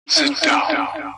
Sit down.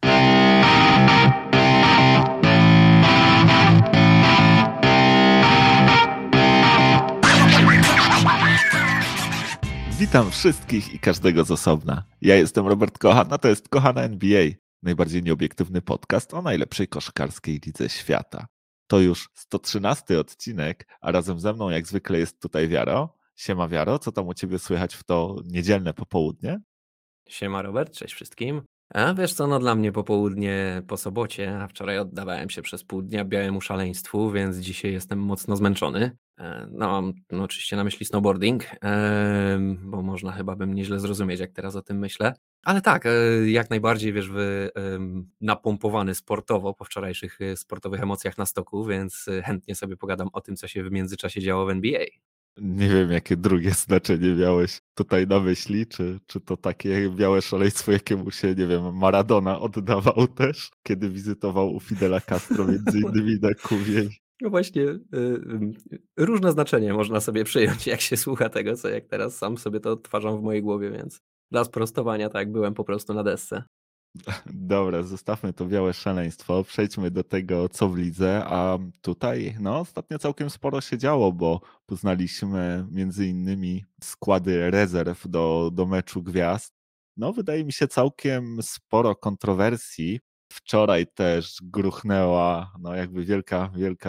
Witam wszystkich i każdego z osobna. Ja jestem Robert Kochan, a to jest Kochana NBA, najbardziej nieobiektywny podcast o najlepszej koszykarskiej lidze świata. To już 113 odcinek, a razem ze mną jak zwykle jest tutaj Wiaro. Siema Wiaro, co tam u ciebie słychać w to niedzielne popołudnie? Siema Robert, cześć wszystkim. A wiesz co, dla mnie popołudnie po sobocie, a wczoraj oddawałem się przez pół dnia białemu szaleństwu, więc dzisiaj jestem mocno zmęczony. Mam oczywiście na myśli snowboarding, bo można chyba by mnie źle zrozumieć, jak teraz o tym myślę. Ale tak, jak najbardziej, wiesz, napompowany sportowo po wczorajszych sportowych emocjach na stoku, więc chętnie sobie pogadam o tym, co się w międzyczasie działo w NBA. Nie wiem, jakie drugie znaczenie miałeś tutaj na myśli, czy to takie białe szaleństwo, jakiemu się, nie wiem, Maradona oddawał też, kiedy wizytował u Fidela Castro, między innymi na Kubie. No właśnie, różne znaczenie można sobie przyjąć, jak się słucha tego, co jak teraz sam sobie to odtwarzam w mojej głowie, więc dla sprostowania tak, byłem po prostu na desce. Dobra, zostawmy to białe szaleństwo, przejdźmy do tego, co w lidze, a tutaj ostatnio całkiem sporo się działo, bo poznaliśmy między innymi składy rezerw do meczu gwiazd. Wydaje mi się całkiem sporo kontrowersji. Wczoraj też gruchnęła jakby wielka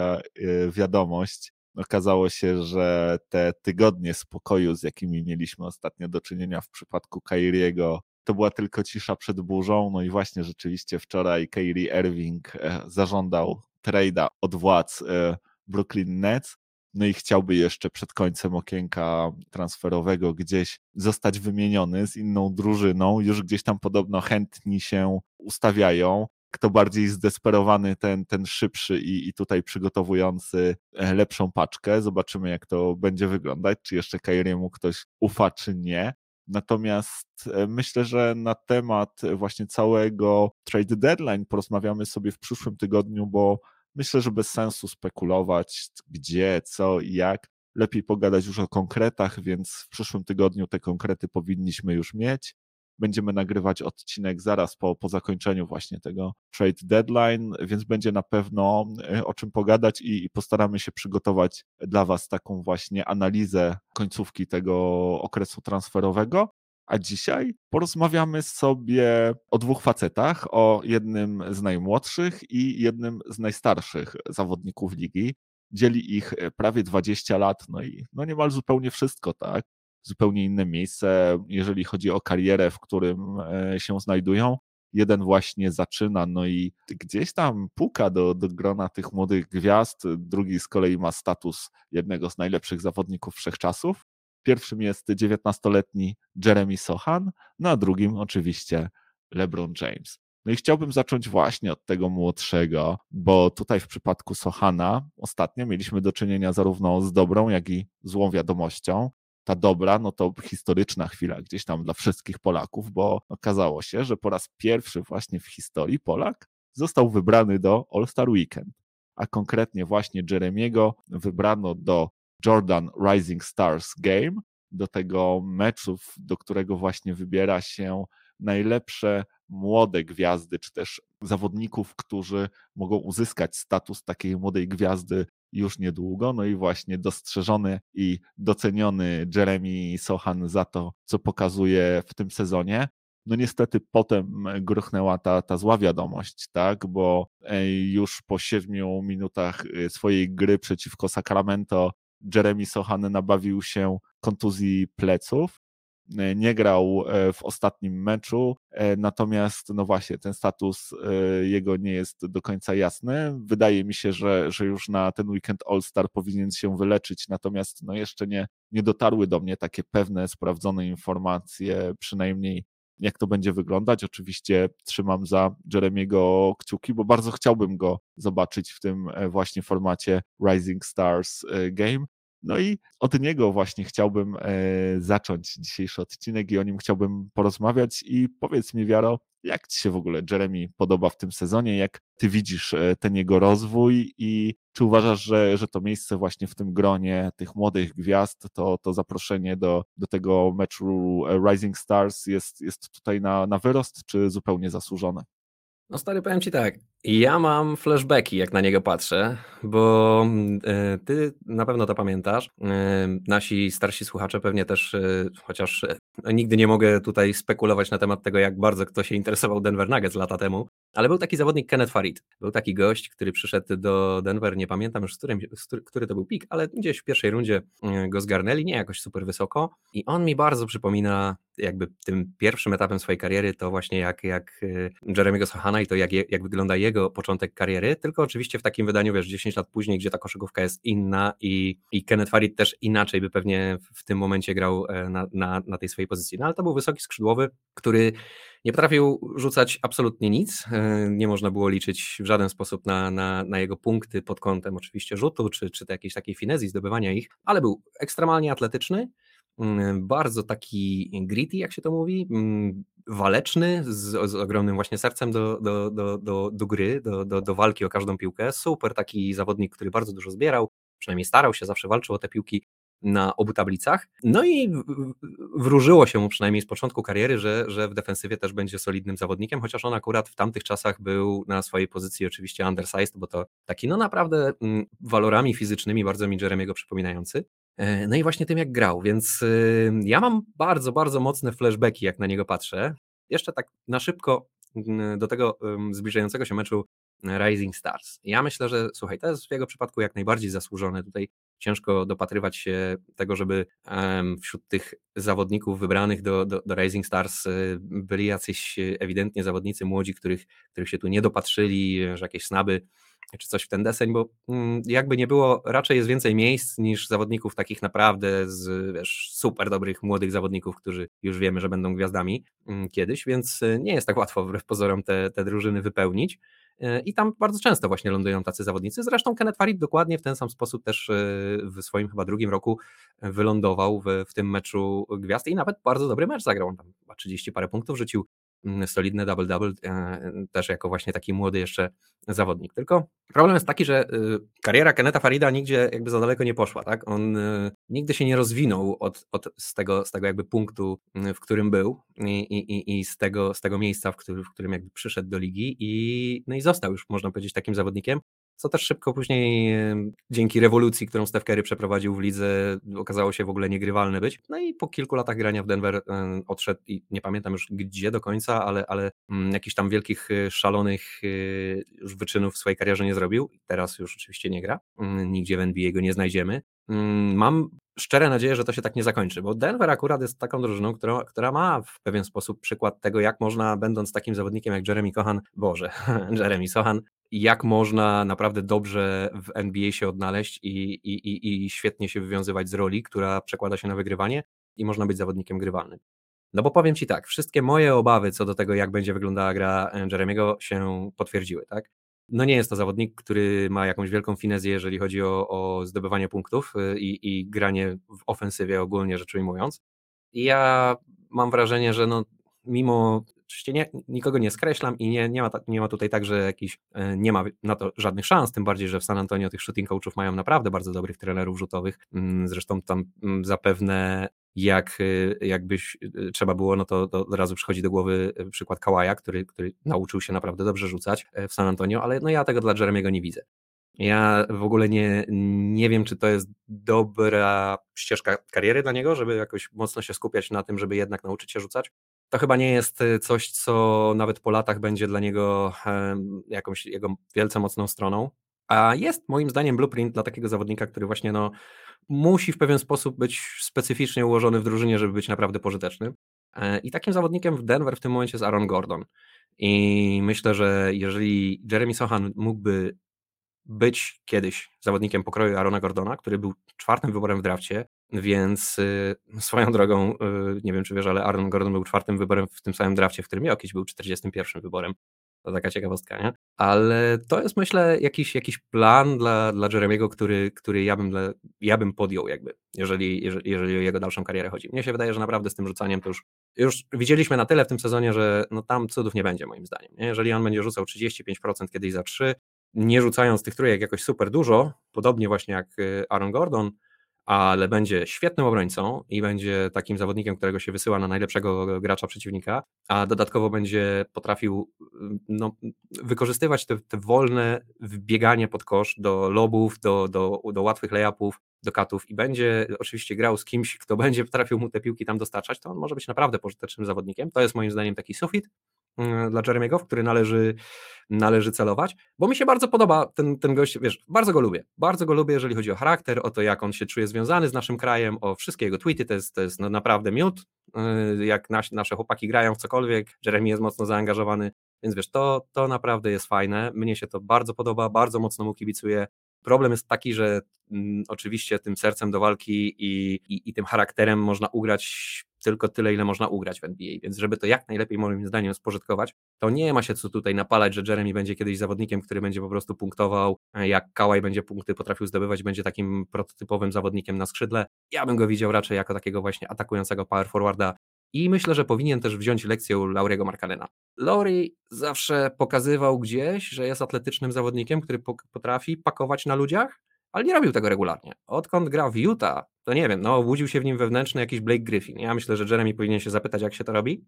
wiadomość. Okazało się, że te tygodnie spokoju, z jakimi mieliśmy ostatnio do czynienia w przypadku Kyriego, to była tylko cisza przed burzą. I właśnie rzeczywiście wczoraj Kyrie Irving zażądał trade'a od władz Brooklyn Nets. I chciałby jeszcze przed końcem okienka transferowego gdzieś zostać wymieniony z inną drużyną. Już gdzieś tam podobno chętni się ustawiają. Kto bardziej zdesperowany, ten szybszy i tutaj przygotowujący lepszą paczkę. Zobaczymy, jak to będzie wyglądać, czy jeszcze Kyriemu ktoś ufa, czy nie. Natomiast myślę, że na temat właśnie całego trade deadline porozmawiamy sobie w przyszłym tygodniu, bo myślę, że bez sensu spekulować gdzie, co i jak. Lepiej pogadać już o konkretach, więc w przyszłym tygodniu te konkrety powinniśmy już mieć. Będziemy nagrywać odcinek zaraz po zakończeniu właśnie tego trade deadline, więc będzie na pewno o czym pogadać i postaramy się przygotować dla Was taką właśnie analizę końcówki tego okresu transferowego. A dzisiaj porozmawiamy sobie o dwóch facetach, o jednym z najmłodszych i jednym z najstarszych zawodników ligi. Dzieli ich prawie 20 lat, i niemal zupełnie wszystko, tak? Zupełnie inne miejsce, jeżeli chodzi o karierę, w którym się znajdują. Jeden właśnie zaczyna, i gdzieś tam puka do grona tych młodych gwiazd, drugi z kolei ma status jednego z najlepszych zawodników wszechczasów. Pierwszym jest 19-letni Jeremy Sochan, a drugim oczywiście LeBron James. I chciałbym zacząć właśnie od tego młodszego, bo tutaj w przypadku Sochana ostatnio mieliśmy do czynienia zarówno z dobrą, jak i złą wiadomością. Ta dobra, to historyczna chwila gdzieś tam dla wszystkich Polaków, bo okazało się, że po raz pierwszy właśnie w historii Polak został wybrany do All-Star Weekend, a konkretnie właśnie Jeremiego wybrano do Jordan Rising Stars Game, do tego meczu, do którego właśnie wybiera się najlepsze młode gwiazdy, czy też zawodników, którzy mogą uzyskać status takiej młodej gwiazdy już niedługo. I właśnie dostrzeżony i doceniony Jeremy Sochan za to, co pokazuje w tym sezonie. Niestety potem gruchnęła ta zła wiadomość, tak, bo już po 7 minutach swojej gry przeciwko Sacramento Jeremy Sochan nabawił się kontuzji pleców. Nie grał w ostatnim meczu, natomiast właśnie ten status jego nie jest do końca jasny. Wydaje mi się, że już na ten weekend All-Star powinien się wyleczyć, natomiast jeszcze nie dotarły do mnie takie pewne, sprawdzone informacje, przynajmniej jak to będzie wyglądać. Oczywiście trzymam za Jeremiego kciuki, bo bardzo chciałbym go zobaczyć w tym właśnie formacie Rising Stars Game. No i od niego właśnie chciałbym zacząć dzisiejszy odcinek i o nim chciałbym porozmawiać. I powiedz mi, Wiaro, jak ci się w ogóle Jeremy podoba w tym sezonie? Jak ty widzisz ten jego rozwój i czy uważasz, że to miejsce właśnie w tym gronie tych młodych gwiazd, to zaproszenie do tego meczu Rising Stars jest tutaj na wyrost, czy zupełnie zasłużone? No stary, powiem ci tak, ja mam flashbacki, jak na niego patrzę, bo ty na pewno to pamiętasz. Nasi starsi słuchacze pewnie też, chociaż nigdy nie mogę tutaj spekulować na temat tego, jak bardzo kto się interesował Denver Nuggets lata temu, ale był taki zawodnik Kenneth Farid. Był taki gość, który przyszedł do Denver, nie pamiętam już który to był pik, ale gdzieś w pierwszej rundzie go zgarnęli, nie jakoś super wysoko i on mi bardzo przypomina jakby tym pierwszym etapem swojej kariery to właśnie jak Jeremy'ego Sohana i to jak wygląda jego początek kariery, tylko oczywiście w takim wydaniu, wiesz, 10 lat później, gdzie ta koszykówka jest inna i Kenneth Farid też inaczej by pewnie w tym momencie grał na tej swojej pozycji. No ale to był wysoki skrzydłowy, który nie potrafił rzucać absolutnie nic, nie można było liczyć w żaden sposób na jego punkty pod kątem oczywiście rzutu, czy jakiejś takiej finezji zdobywania ich, ale był ekstremalnie atletyczny, bardzo taki gritty, jak się to mówi, waleczny, z ogromnym właśnie sercem do gry, do walki o każdą piłkę. Super taki zawodnik, który bardzo dużo zbierał, przynajmniej starał się, zawsze walczył o te piłki na obu tablicach. No i wróżyło się mu przynajmniej z początku kariery, że w defensywie też będzie solidnym zawodnikiem, chociaż on akurat w tamtych czasach był na swojej pozycji oczywiście undersized, bo to taki no naprawdę walorami fizycznymi bardzo mi Jeremy'ego przypominający. No i właśnie tym jak grał, więc ja mam bardzo, bardzo mocne flashbacki jak na niego patrzę. Jeszcze tak na szybko do tego zbliżającego się meczu Rising Stars. Ja myślę, że słuchaj, to jest w jego przypadku jak najbardziej zasłużone. Tutaj ciężko dopatrywać się tego, żeby wśród tych zawodników wybranych do Rising Stars byli jacyś ewidentnie zawodnicy młodzi, których się tu nie dopatrzyli, że jakieś snaby czy coś w ten deseń, bo jakby nie było, raczej jest więcej miejsc niż zawodników takich naprawdę z, wiesz, super dobrych młodych zawodników, którzy już wiemy, że będą gwiazdami kiedyś, więc nie jest tak łatwo wbrew pozorom te drużyny wypełnić. I tam bardzo często właśnie lądują tacy zawodnicy. Zresztą Kenneth Farid dokładnie w ten sam sposób też w swoim chyba drugim roku wylądował w tym meczu gwiazd i nawet bardzo dobry mecz zagrał. On tam chyba 30 parę punktów rzucił, solidne double-double, też jako właśnie taki młody jeszcze zawodnik. Tylko problem jest taki, że kariera Kennetha Farida nigdzie jakby za daleko nie poszła, tak? On nigdy się nie rozwinął z tego jakby punktu, w którym był i z tego miejsca, w którym jakby przyszedł do ligi no i został już, można powiedzieć, takim zawodnikiem, co też szybko później dzięki rewolucji, którą Steph Curry przeprowadził w lidze, okazało się w ogóle niegrywalny być. No i po kilku latach grania w Denver odszedł i nie pamiętam już gdzie do końca, ale jakichś tam wielkich, szalonych już wyczynów w swojej karierze nie zrobił. Teraz już oczywiście nie gra. Nigdzie w NBA go nie znajdziemy. Mam szczere nadzieję, że to się tak nie zakończy, bo Denver akurat jest taką drużyną, która ma w pewien sposób przykład tego, jak można, będąc takim zawodnikiem jak Jeremy Sohan, jak można naprawdę dobrze w NBA się odnaleźć i świetnie się wywiązywać z roli, która przekłada się na wygrywanie i można być zawodnikiem grywalnym. No bo powiem Ci tak, wszystkie moje obawy co do tego, jak będzie wyglądała gra Jeremy'ego się potwierdziły, tak? No nie jest to zawodnik, który ma jakąś wielką finezję, jeżeli chodzi o zdobywanie punktów i granie w ofensywie ogólnie rzecz ujmując. I ja mam wrażenie, że no mimo, oczywiście nikogo nie skreślam i nie ma tutaj tak, że jakiś, nie ma na to żadnych szans, tym bardziej, że w San Antonio tych shooting coachów mają naprawdę bardzo dobrych trenerów rzutowych, zresztą tam zapewne jakbyś trzeba było, no to od razu przychodzi do głowy przykład Kawaja, który nauczył się naprawdę dobrze rzucać w San Antonio, ale no ja tego dla Jeremy'ego nie widzę. Ja w ogóle nie wiem, czy to jest dobra ścieżka kariery dla niego, żeby jakoś mocno się skupiać na tym, żeby jednak nauczyć się rzucać. To chyba nie jest coś, co nawet po latach będzie dla niego jakąś jego wielce mocną stroną. A jest moim zdaniem blueprint dla takiego zawodnika, który właśnie no, musi w pewien sposób być specyficznie ułożony w drużynie, żeby być naprawdę pożyteczny. I takim zawodnikiem w Denver w tym momencie jest Aaron Gordon. I myślę, że jeżeli Jeremy Sohan mógłby być kiedyś zawodnikiem pokroju Aarona Gordona, który był 4. wyborem w drafcie, więc swoją drogą, nie wiem czy wiesz, ale Aaron Gordon był 4. wyborem w tym samym drafcie, w którym Jokic był 41. wyborem. To taka ciekawostka, nie? Ale to jest, myślę, jakiś plan dla Jeremiego, który ja bym podjął jakby, jeżeli o jego dalszą karierę chodzi. Mnie się wydaje, że naprawdę z tym rzucaniem to już widzieliśmy na tyle w tym sezonie, że no tam cudów nie będzie moim zdaniem. Nie? Jeżeli on będzie rzucał 35% kiedyś za 3, nie rzucając tych trójek jakoś super dużo, podobnie właśnie jak Aaron Gordon, ale będzie świetnym obrońcą i będzie takim zawodnikiem, którego się wysyła na najlepszego gracza przeciwnika, a dodatkowo będzie potrafił no, wykorzystywać te wolne wbieganie pod kosz do lobów, do łatwych layupów, do cutów i będzie oczywiście grał z kimś, kto będzie potrafił mu te piłki tam dostarczać, to on może być naprawdę pożytecznym zawodnikiem. To jest moim zdaniem taki sufit dla Jeremiego, w który należy celować, bo mi się bardzo podoba ten gość, wiesz, bardzo go lubię, jeżeli chodzi o charakter, o to, jak on się czuje związany z naszym krajem, o wszystkie jego tweety, to jest no, naprawdę miód, jak nasze chłopaki grają w cokolwiek, Jeremy jest mocno zaangażowany, więc wiesz, to naprawdę jest fajne, mnie się to bardzo podoba, bardzo mocno mu kibicuję. Problem jest taki, że oczywiście tym sercem do walki i tym charakterem można ugrać tylko tyle, ile można ugrać w NBA, więc żeby to jak najlepiej moim zdaniem spożytkować, to nie ma się co tutaj napalać, że Jeremy będzie kiedyś zawodnikiem, który będzie po prostu punktował, jak Kawhi będzie punkty potrafił zdobywać, będzie takim prototypowym zawodnikiem na skrzydle. Ja bym go widział raczej jako takiego właśnie atakującego power forwarda i myślę, że powinien też wziąć lekcję u Lauriego Markkanena. Lauri zawsze pokazywał gdzieś, że jest atletycznym zawodnikiem, który potrafi pakować na ludziach, ale nie robił tego regularnie. Odkąd gra w Utah, to nie wiem, no obudził się w nim wewnętrzny jakiś Blake Griffin. Ja myślę, że Jeremy powinien się zapytać, jak się to robi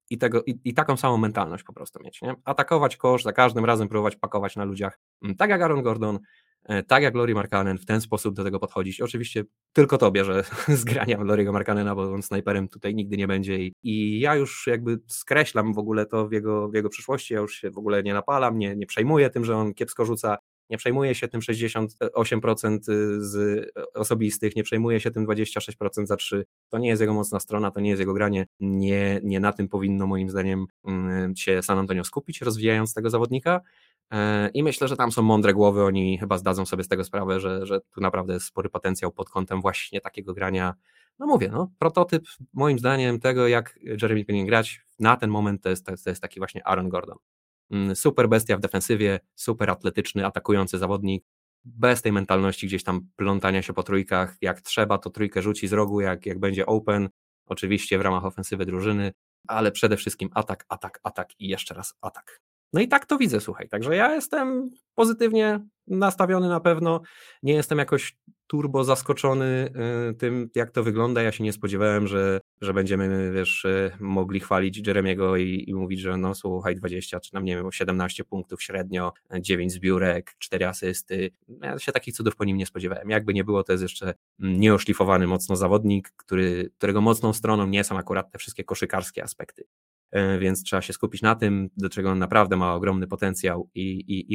i taką samą mentalność po prostu mieć. Nie? Atakować kosz, za każdym razem próbować pakować na ludziach, tak jak Aaron Gordon, tak jak Lauri Markkanen, w ten sposób do tego podchodzić. Oczywiście tylko to bierze z grania Lauriego Markkanena, bo on snajperem tutaj nigdy nie będzie i ja już jakby skreślam w ogóle to w jego przyszłości, ja już się w ogóle nie napalam, nie przejmuję tym, że on kiepsko rzuca, nie przejmuje się tym 68% z osobistych, nie przejmuje się tym 26% za 3. To nie jest jego mocna strona, to nie jest jego granie. Nie na tym powinno moim zdaniem się San Antonio skupić, rozwijając tego zawodnika. I myślę, że tam są mądre głowy, oni chyba zdadzą sobie z tego sprawę, że tu naprawdę jest spory potencjał pod kątem właśnie takiego grania. No mówię, no, prototyp moim zdaniem tego, jak Jeremy powinien grać na ten moment, to jest taki właśnie Aaron Gordon. Super bestia w defensywie, super atletyczny, atakujący zawodnik, bez tej mentalności gdzieś tam plątania się po trójkach, jak trzeba to trójkę rzuci z rogu, jak będzie open, oczywiście w ramach ofensywy drużyny, ale przede wszystkim atak i jeszcze raz atak. No i tak to widzę, słuchaj, także ja jestem pozytywnie nastawiony na pewno, nie jestem jakoś turbo zaskoczony tym, jak to wygląda. Ja się nie spodziewałem, że będziemy, wiesz, mogli chwalić Jeremiego i mówić, że no słuchaj, 20 czy tam nie wiem, 17 punktów średnio, 9 zbiórek, 4 asysty. Ja się takich cudów po nim nie spodziewałem. Jakby nie było, to jest jeszcze nieoszlifowany mocno zawodnik, którego mocną stroną nie są akurat te wszystkie koszykarskie aspekty. Więc trzeba się skupić na tym, do czego on naprawdę ma ogromny potencjał i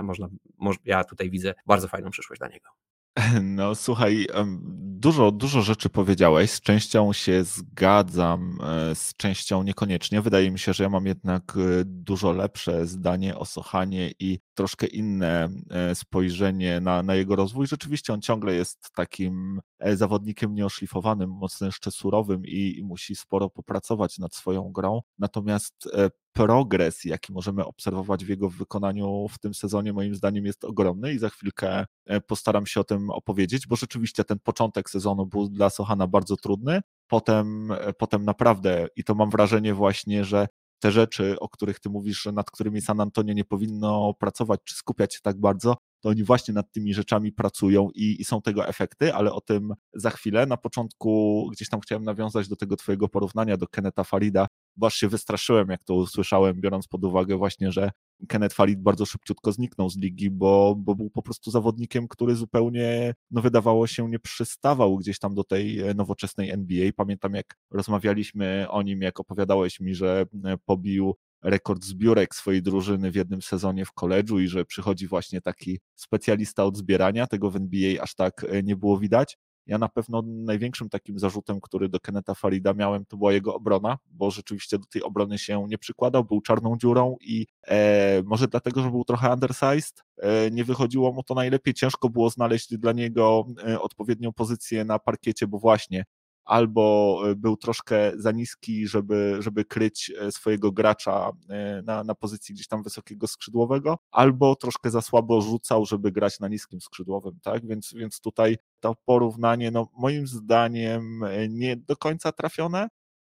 ja tutaj widzę bardzo fajną przyszłość dla niego. No słuchaj, dużo rzeczy powiedziałeś, z częścią się zgadzam, z częścią niekoniecznie. Wydaje mi się, że ja mam jednak dużo lepsze zdanie o Sochanie i troszkę inne spojrzenie na jego rozwój. Rzeczywiście on ciągle jest takim zawodnikiem nieoszlifowanym, mocno jeszcze surowym i musi sporo popracować nad swoją grą. Natomiast progres, jaki możemy obserwować w jego wykonaniu w tym sezonie, moim zdaniem jest ogromny i za chwilkę postaram się o tym opowiedzieć, bo rzeczywiście ten początek sezonu był dla Sochana bardzo trudny, potem naprawdę, i to mam wrażenie właśnie, że te rzeczy, o których ty mówisz, że nad którymi San Antonio nie powinno pracować czy skupiać się tak bardzo, to oni właśnie nad tymi rzeczami pracują i są tego efekty, ale o tym za chwilę. Na początku gdzieś tam chciałem nawiązać do tego twojego porównania do Kennetha Farida, bo aż się wystraszyłem, jak to usłyszałem, biorąc pod uwagę właśnie, że Kenneth Farid bardzo szybciutko zniknął z ligi, bo był po prostu zawodnikiem, który zupełnie, no wydawało się, nie przystawał gdzieś tam do tej nowoczesnej NBA. Pamiętam, jak rozmawialiśmy o nim, jak opowiadałeś mi, że pobił rekord zbiórek swojej drużyny w jednym sezonie w koledżu i że przychodzi właśnie taki specjalista od zbierania, tego w NBA aż tak nie było widać. Ja na pewno największym takim zarzutem, który do Kennetha Farida miałem, to była jego obrona, bo rzeczywiście do tej obrony się nie przykładał, był czarną dziurą i może dlatego, że był trochę undersized, nie wychodziło mu to najlepiej, ciężko było znaleźć dla niego odpowiednią pozycję na parkiecie, bo właśnie albo był troszkę za niski, żeby kryć swojego gracza na pozycji gdzieś tam wysokiego skrzydłowego, albo troszkę za słabo rzucał, żeby grać na niskim skrzydłowym, tak? Więc tutaj to porównanie, no moim zdaniem nie do końca trafione.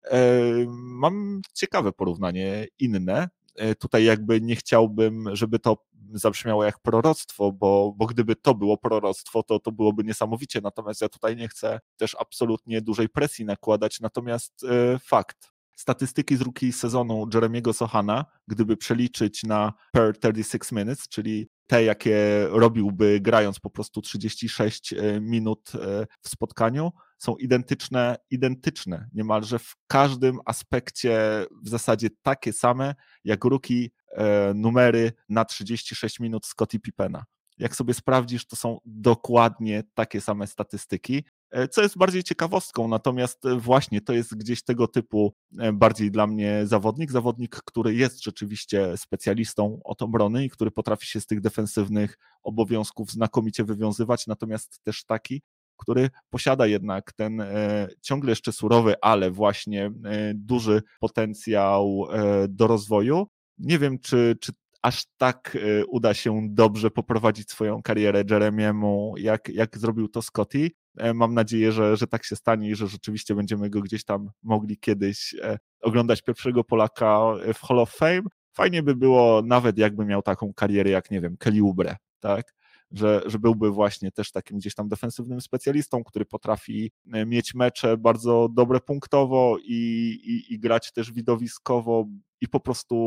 Mam ciekawe porównanie inne. Tutaj jakby nie chciałbym, żeby to zabrzmiało jak proroctwo, bo gdyby to było proroctwo, to byłoby niesamowicie, natomiast ja tutaj nie chcę też absolutnie dużej presji nakładać, natomiast fakt. Statystyki z rookie sezonu Jeremiego Sohana, gdyby przeliczyć na per 36 minutes, czyli te, jakie robiłby grając po prostu 36 minut w spotkaniu, są identyczne niemalże w każdym aspekcie, w zasadzie takie same, jak rookie numery na 36 minut Scottie Pippena. Jak sobie sprawdzisz, to są dokładnie takie same statystyki, co jest bardziej ciekawostką, natomiast właśnie to jest gdzieś tego typu bardziej dla mnie zawodnik, który jest rzeczywiście specjalistą od obrony i który potrafi się z tych defensywnych obowiązków znakomicie wywiązywać, natomiast też taki, który posiada jednak ten ciągle jeszcze surowy, ale właśnie duży potencjał do rozwoju. Nie wiem, czy aż tak uda się dobrze poprowadzić swoją karierę Jeremiemu, jak zrobił to Scottie. Mam nadzieję, że tak się stanie i że rzeczywiście będziemy go gdzieś tam mogli kiedyś oglądać pierwszego Polaka w Hall of Fame. Fajnie by było nawet jakby miał taką karierę jak, nie wiem, Kelly Oubre, tak? Że byłby właśnie też takim gdzieś tam defensywnym specjalistą, który potrafi mieć mecze bardzo dobre punktowo i grać też widowiskowo i po prostu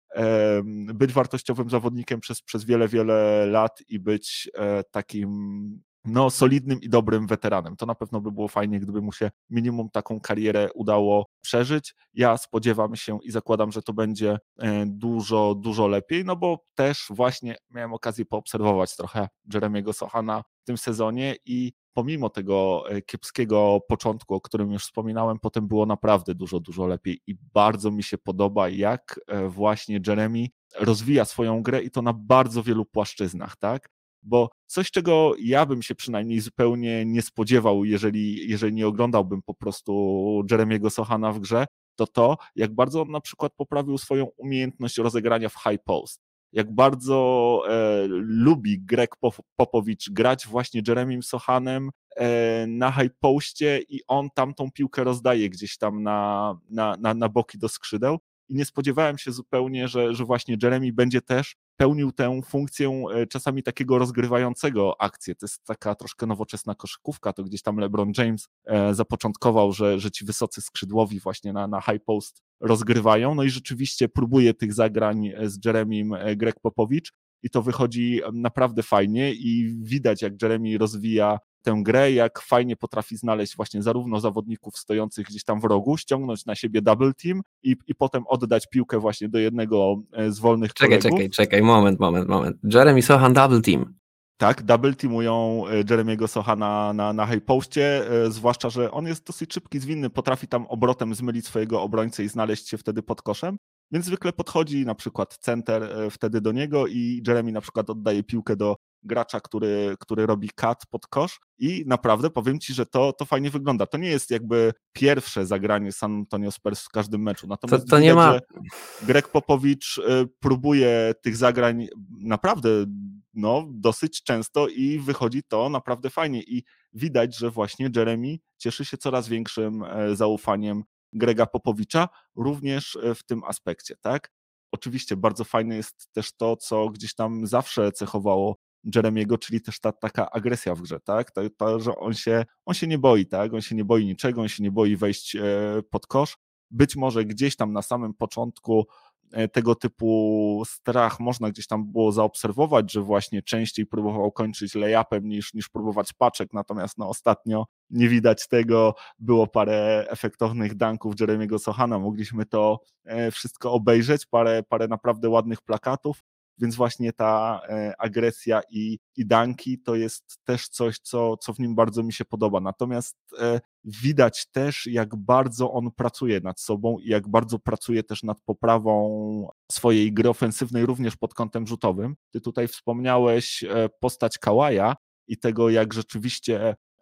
być wartościowym zawodnikiem przez wiele, wiele lat i być takim no, solidnym i dobrym weteranem. To na pewno by było fajnie, gdyby mu się minimum taką karierę udało przeżyć. Ja spodziewam się i zakładam, że to będzie dużo, dużo lepiej, no bo też właśnie miałem okazję poobserwować trochę Jeremiego Sohana w tym sezonie i pomimo tego kiepskiego początku, o którym już wspominałem, potem było naprawdę dużo, dużo lepiej i bardzo mi się podoba, jak właśnie Jeremy rozwija swoją grę i to na bardzo wielu płaszczyznach, tak? Bo coś, czego ja bym się przynajmniej zupełnie nie spodziewał, jeżeli nie oglądałbym po prostu Jeremiego Sohana w grze, to jak bardzo on na przykład poprawił swoją umiejętność rozegrania w high post. Jak bardzo lubi Greg Popovich grać właśnie Jeremym Sohanem na high postie i on tam tą piłkę rozdaje gdzieś tam na boki do skrzydeł. I nie spodziewałem się zupełnie, że właśnie Jeremy będzie też pełnił tę funkcję czasami takiego rozgrywającego akcję. To jest taka troszkę nowoczesna koszykówka, to gdzieś tam LeBron James zapoczątkował, że ci wysocy skrzydłowi właśnie na high post rozgrywają, no i rzeczywiście próbuje tych zagrań z Jeremym Greg Popovich i to wychodzi naprawdę fajnie i widać, jak Jeremy rozwija tę grę, jak fajnie potrafi znaleźć właśnie zarówno zawodników stojących gdzieś tam w rogu, ściągnąć na siebie double team i potem oddać piłkę właśnie do jednego z wolnych kolegów. Czekaj, moment. Jeremy Sohan double team. Tak, double teamują Jeremiego Sohana na high postie, zwłaszcza, że on jest dosyć szybki, zwinny, potrafi tam obrotem zmylić swojego obrońcę i znaleźć się wtedy pod koszem, więc zwykle podchodzi na przykład center wtedy do niego i Jeremy na przykład oddaje piłkę do gracza, który robi cut pod kosz i naprawdę powiem Ci, że to fajnie wygląda. To nie jest jakby pierwsze zagranie San Antonio Spurs w każdym meczu, natomiast to widać, nie ma... że Greg Popovich próbuje tych zagrań naprawdę dosyć często i wychodzi to naprawdę fajnie i widać, że właśnie Jeremy cieszy się coraz większym zaufaniem Grega Popovicha, również w tym aspekcie, tak? Oczywiście bardzo fajne jest też to, co gdzieś tam zawsze cechowało Jeremiego, czyli też ta taka agresja w grze, tak? To, że on się nie boi, tak? On się nie boi niczego, on się nie boi wejść pod kosz. Być może gdzieś tam na samym początku tego typu strach można gdzieś tam było zaobserwować, że właśnie częściej próbował kończyć layupem niż próbować paczek, natomiast ostatnio nie widać tego, było parę efektownych dunków Jeremiego Sohana, mogliśmy to wszystko obejrzeć, parę naprawdę ładnych plakatów, więc właśnie ta agresja i dunki to jest też coś, co w nim bardzo mi się podoba. Natomiast widać też, jak bardzo on pracuje nad sobą i jak bardzo pracuje też nad poprawą swojej gry ofensywnej, również pod kątem rzutowym. Ty tutaj wspomniałeś postać Kałaja i tego, jak rzeczywiście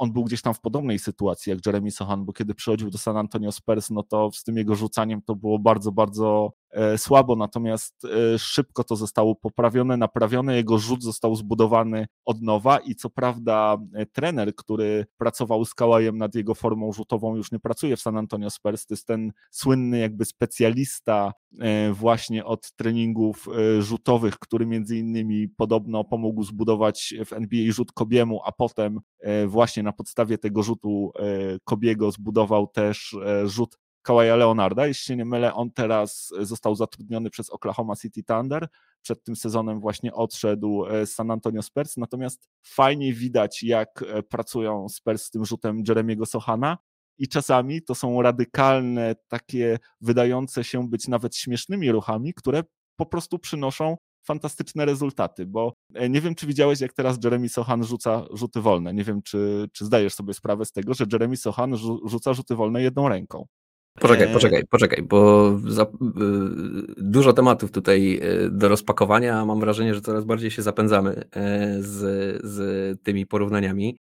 on był gdzieś tam w podobnej sytuacji jak Jeremy Sohan, bo kiedy przychodził do San Antonio Spurs, no to z tym jego rzucaniem to było bardzo, bardzo słabo, natomiast szybko to zostało poprawione, naprawione, jego rzut został zbudowany od nowa i co prawda trener, który pracował z Kałajem nad jego formą rzutową, już nie pracuje w San Antonio Spurs, to jest ten słynny jakby specjalista właśnie od treningów rzutowych, który między innymi podobno pomógł zbudować w NBA rzut Kobiemu, a potem właśnie na podstawie tego rzutu Kobiego zbudował też rzut Kawaja Leonarda. Jeśli się nie mylę, on teraz został zatrudniony przez Oklahoma City Thunder. Przed tym sezonem właśnie odszedł z San Antonio Spurs, natomiast fajnie widać, jak pracują Spurs z tym rzutem Jeremiego Sohana i czasami to są radykalne, takie wydające się być nawet śmiesznymi ruchami, które po prostu przynoszą fantastyczne rezultaty, bo nie wiem, czy widziałeś, jak teraz Jeremy Sohan rzuca rzuty wolne. Nie wiem, czy zdajesz sobie sprawę z tego, że Jeremy Sohan rzuca rzuty wolne jedną ręką. Poczekaj, bo dużo tematów tutaj do rozpakowania, a mam wrażenie, że coraz bardziej się zapędzamy z tymi porównaniami,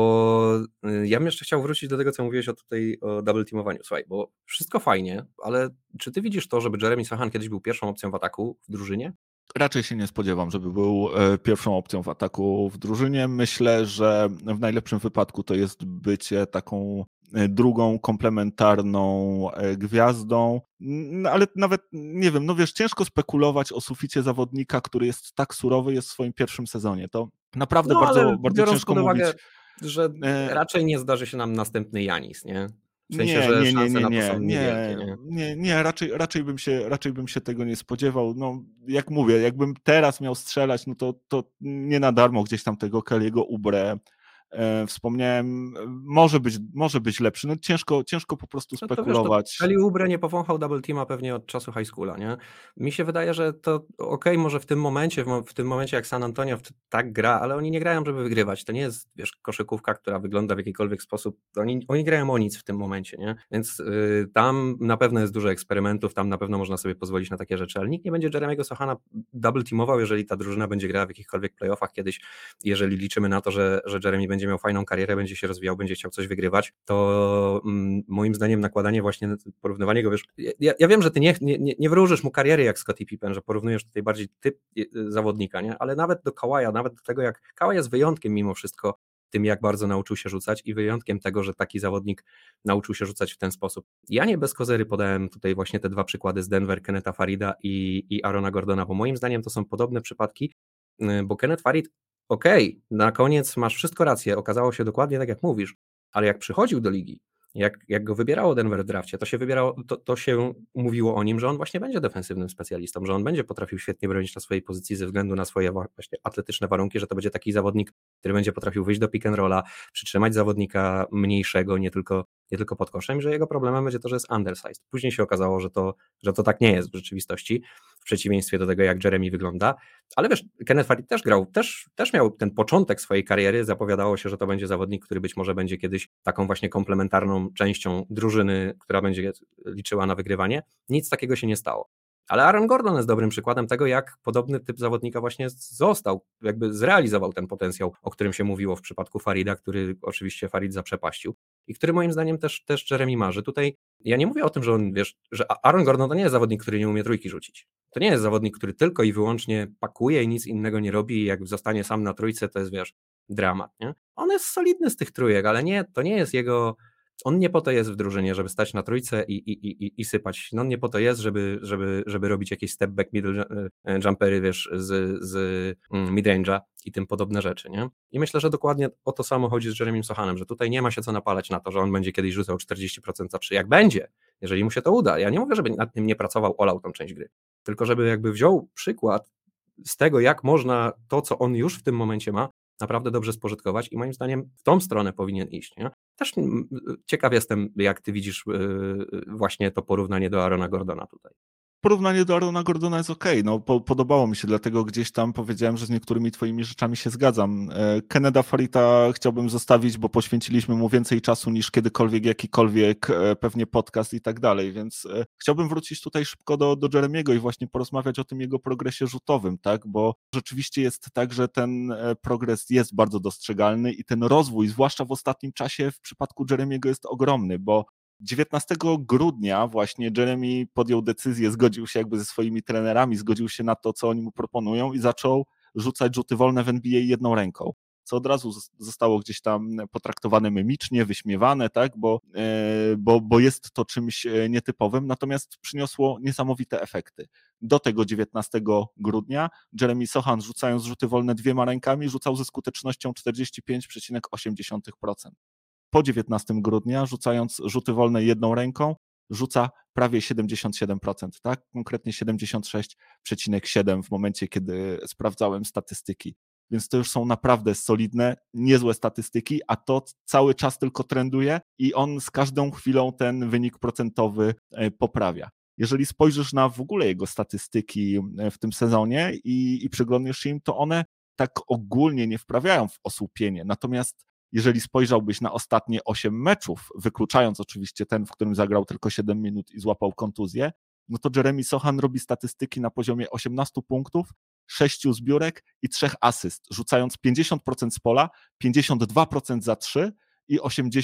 bo ja bym jeszcze chciał wrócić do tego, co mówiłeś o double teamowaniu. Słuchaj, bo wszystko fajnie, ale czy ty widzisz to, żeby Jeremy Sohan kiedyś był pierwszą opcją w ataku w drużynie? Raczej się nie spodziewam, żeby był pierwszą opcją w ataku w drużynie. Myślę, że w najlepszym wypadku to jest bycie taką drugą komplementarną gwiazdą, no, ale nawet nie wiem, no wiesz, ciężko spekulować o suficie zawodnika, który jest tak surowy, jest w swoim pierwszym sezonie. To naprawdę No ale bardzo, bardzo biorąc ciężko pod uwagę, mówić. że raczej nie zdarzy się nam następny Janis, nie? W sensie, Nie, że nie, nie, szanse nie, na to są nie, niewielkie, nie, nie? nie, nie, raczej bym się tego nie spodziewał. No, jak mówię, jakbym teraz miał strzelać, no to nie na darmo gdzieś tam tego Kelly'ego Oubre wspomniałem, może być lepszy. No ciężko po prostu No to wiesz, to spekulować. Kelly Oubre nie powąchał double teama pewnie od czasu high schoola, nie? Mi się wydaje, że to okej, może w tym momencie jak San Antonio tak gra, ale oni nie grają, żeby wygrywać. To nie jest, wiesz, koszykówka, która wygląda w jakikolwiek sposób. Oni grają o nic w tym momencie, nie? Więc tam na pewno jest dużo eksperymentów, tam na pewno można sobie pozwolić na takie rzeczy, ale nikt nie będzie Jeremiego Sohana double teamował, jeżeli ta drużyna będzie grała w jakichkolwiek playoffach kiedyś, jeżeli liczymy na to, że Jeremy będzie miał fajną karierę, będzie się rozwijał, będzie chciał coś wygrywać, to moim zdaniem nakładanie właśnie, porównywanie go, wiesz, ja wiem, że ty nie wróżysz mu kariery jak Scottie Pippen, że porównujesz tutaj bardziej typ zawodnika, nie? Ale nawet do Kawaja, nawet do tego, jak Kawaj jest wyjątkiem mimo wszystko tym, jak bardzo nauczył się rzucać i wyjątkiem tego, że taki zawodnik nauczył się rzucać w ten sposób. Ja nie bez kozery podałem tutaj właśnie te dwa przykłady z Denver, Kennetha Farida i Aarona Gordona, bo moim zdaniem to są podobne przypadki, bo Kenneth Farid, okej, na koniec masz wszystko rację, okazało się dokładnie tak jak mówisz, ale jak przychodził do ligi, jak go wybierało Denver w drafcie, to się mówiło o nim, że on właśnie będzie defensywnym specjalistą, że on będzie potrafił świetnie bronić na swojej pozycji ze względu na swoje właśnie atletyczne warunki, że to będzie taki zawodnik, który będzie potrafił wyjść do pick and rolla, przytrzymać zawodnika mniejszego, nie tylko pod koszem, że jego problemem będzie to, że jest undersized. Później się okazało, że to tak nie jest w rzeczywistości, w przeciwieństwie do tego, jak Jeremy wygląda. Ale wiesz, Kenneth Farid też grał, też miał ten początek swojej kariery, zapowiadało się, że to będzie zawodnik, który być może będzie kiedyś taką właśnie komplementarną częścią drużyny, która będzie liczyła na wygrywanie. Nic takiego się nie stało. Ale Aaron Gordon jest dobrym przykładem tego, jak podobny typ zawodnika właśnie został, jakby zrealizował ten potencjał, o którym się mówiło w przypadku Farida, który oczywiście Farid zaprzepaścił i który moim zdaniem też Jeremy marzy. Tutaj ja nie mówię o tym, że on, wiesz, że Aaron Gordon to nie jest zawodnik, który nie umie trójki rzucić. To nie jest zawodnik, który tylko i wyłącznie pakuje i nic innego nie robi i jak zostanie sam na trójce, to jest, wiesz, dramat, nie? On jest solidny z tych trójek, ale to nie jest jego... On nie po to jest w drużynie, żeby stać na trójce i sypać. No on nie po to jest, żeby robić jakieś step back middle jumpery, wiesz, z midrange'a i tym podobne rzeczy, nie? I myślę, że dokładnie o to samo chodzi z Jeremym Sohanem, że tutaj nie ma się co napalać na to, że on będzie kiedyś rzucał 40% za 3. Jak będzie, jeżeli mu się to uda. Ja nie mówię, żeby nad tym nie pracował, olał tą część gry, tylko żeby jakby wziął przykład z tego, jak można to, co on już w tym momencie ma, naprawdę dobrze spożytkować i moim zdaniem w tą stronę powinien iść, nie? Też ciekaw jestem, jak ty widzisz właśnie to porównanie do Aarona Gordona tutaj. Porównanie do Aarona Gordona jest okej. No, podobało mi się, dlatego gdzieś tam powiedziałem, że z niektórymi twoimi rzeczami się zgadzam. Kenneda Farita chciałbym zostawić, bo poświęciliśmy mu więcej czasu niż kiedykolwiek, jakikolwiek pewnie podcast i tak dalej, więc chciałbym wrócić tutaj szybko do Jeremiego i właśnie porozmawiać o tym jego progresie rzutowym, tak, bo rzeczywiście jest tak, że ten progres jest bardzo dostrzegalny i ten rozwój, zwłaszcza w ostatnim czasie w przypadku Jeremiego jest ogromny, bo 19 grudnia właśnie Jeremy podjął decyzję, zgodził się jakby ze swoimi trenerami, zgodził się na to, co oni mu proponują i zaczął rzucać rzuty wolne w NBA jedną ręką, co od razu zostało gdzieś tam potraktowane mimicznie, wyśmiewane, tak, bo jest to czymś nietypowym, natomiast przyniosło niesamowite efekty. Do tego 19 grudnia Jeremy Sochan, rzucając rzuty wolne dwiema rękami, rzucał ze skutecznością 45,8%. Po 19 grudnia, rzucając rzuty wolne jedną ręką, rzuca prawie 77%, tak? Konkretnie 76,7% w momencie, kiedy sprawdzałem statystyki. Więc to już są naprawdę solidne, niezłe statystyki, a to cały czas tylko trenduje i on z każdą chwilą ten wynik procentowy poprawia. Jeżeli spojrzysz na w ogóle jego statystyki w tym sezonie i przyglądniesz się im, to one tak ogólnie nie wprawiają w osłupienie. Natomiast jeżeli spojrzałbyś na ostatnie 8 meczów, wykluczając oczywiście ten, w którym zagrał tylko 7 minut i złapał kontuzję, no to Jeremy Sochan robi statystyki na poziomie 18 punktów, 6 zbiórek i 3 asyst, rzucając 50% z pola, 52% za 3 i